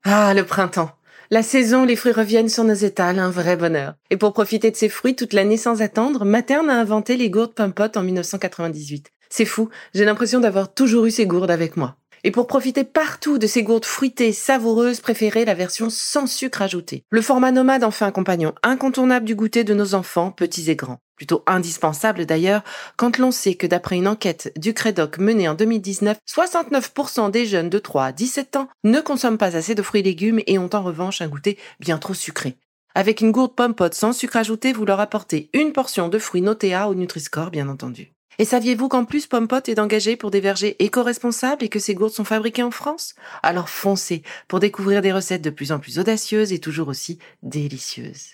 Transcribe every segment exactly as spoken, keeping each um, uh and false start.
Ah, le printemps. La saison où les fruits reviennent sur nos étals, un vrai bonheur. Et pour profiter de ces fruits toute l'année sans attendre, Materne a inventé les gourdes Pump-Pot en dix-neuf cent quatre-vingt-dix-huit. C'est fou, j'ai l'impression d'avoir toujours eu ces gourdes avec moi. Et pour profiter partout de ces gourdes fruitées, savoureuses, préférez la version sans sucre ajouté. Le format nomade en fait un compagnon incontournable du goûter de nos enfants, petits et grands. Plutôt indispensable d'ailleurs, quand l'on sait que d'après une enquête du Crédoc menée en deux mille dix-neuf, soixante-neuf pour cent des jeunes de trois à dix-sept ans ne consomment pas assez de fruits et légumes et ont en revanche un goûter bien trop sucré. Avec une gourde Pump-Pot sans sucre ajouté, vous leur apportez une portion de fruits notés A au Nutri-Score, bien entendu. Et saviez-vous qu'en plus Pump-Pot est engagé pour des vergers éco-responsables et que ces gourdes sont fabriquées en France ? Alors foncez pour découvrir des recettes de plus en plus audacieuses et toujours aussi délicieuses.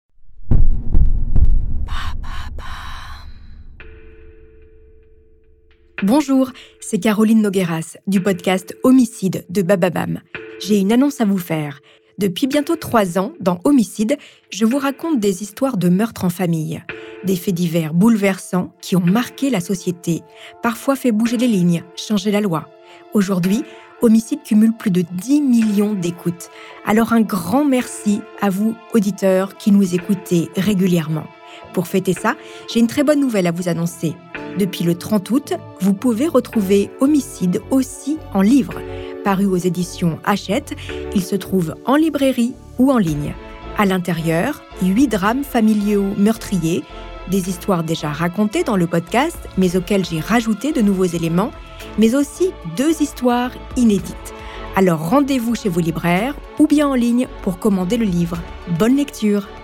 Bonjour, c'est Caroline Nogueras du podcast Homicide de Bababam. J'ai une annonce à vous faire. Depuis bientôt trois ans, dans Homicide, je vous raconte des histoires de meurtres en famille. Des faits divers bouleversants qui ont marqué la société, parfois fait bouger les lignes, changer la loi. Aujourd'hui, Homicide cumule plus de dix millions d'écoutes. Alors un grand merci à vous, auditeurs, qui nous écoutez régulièrement. Pour fêter ça, j'ai une très bonne nouvelle à vous annoncer. Depuis le trente août, vous pouvez retrouver Homicide aussi en livre. Paru aux éditions Hachette, il se trouve en librairie ou en ligne. À l'intérieur, huit drames familiaux meurtriers, des histoires déjà racontées dans le podcast, mais auxquelles j'ai rajouté de nouveaux éléments, mais aussi deux histoires inédites. Alors rendez-vous chez vos libraires ou bien en ligne pour commander le livre. Bonne lecture!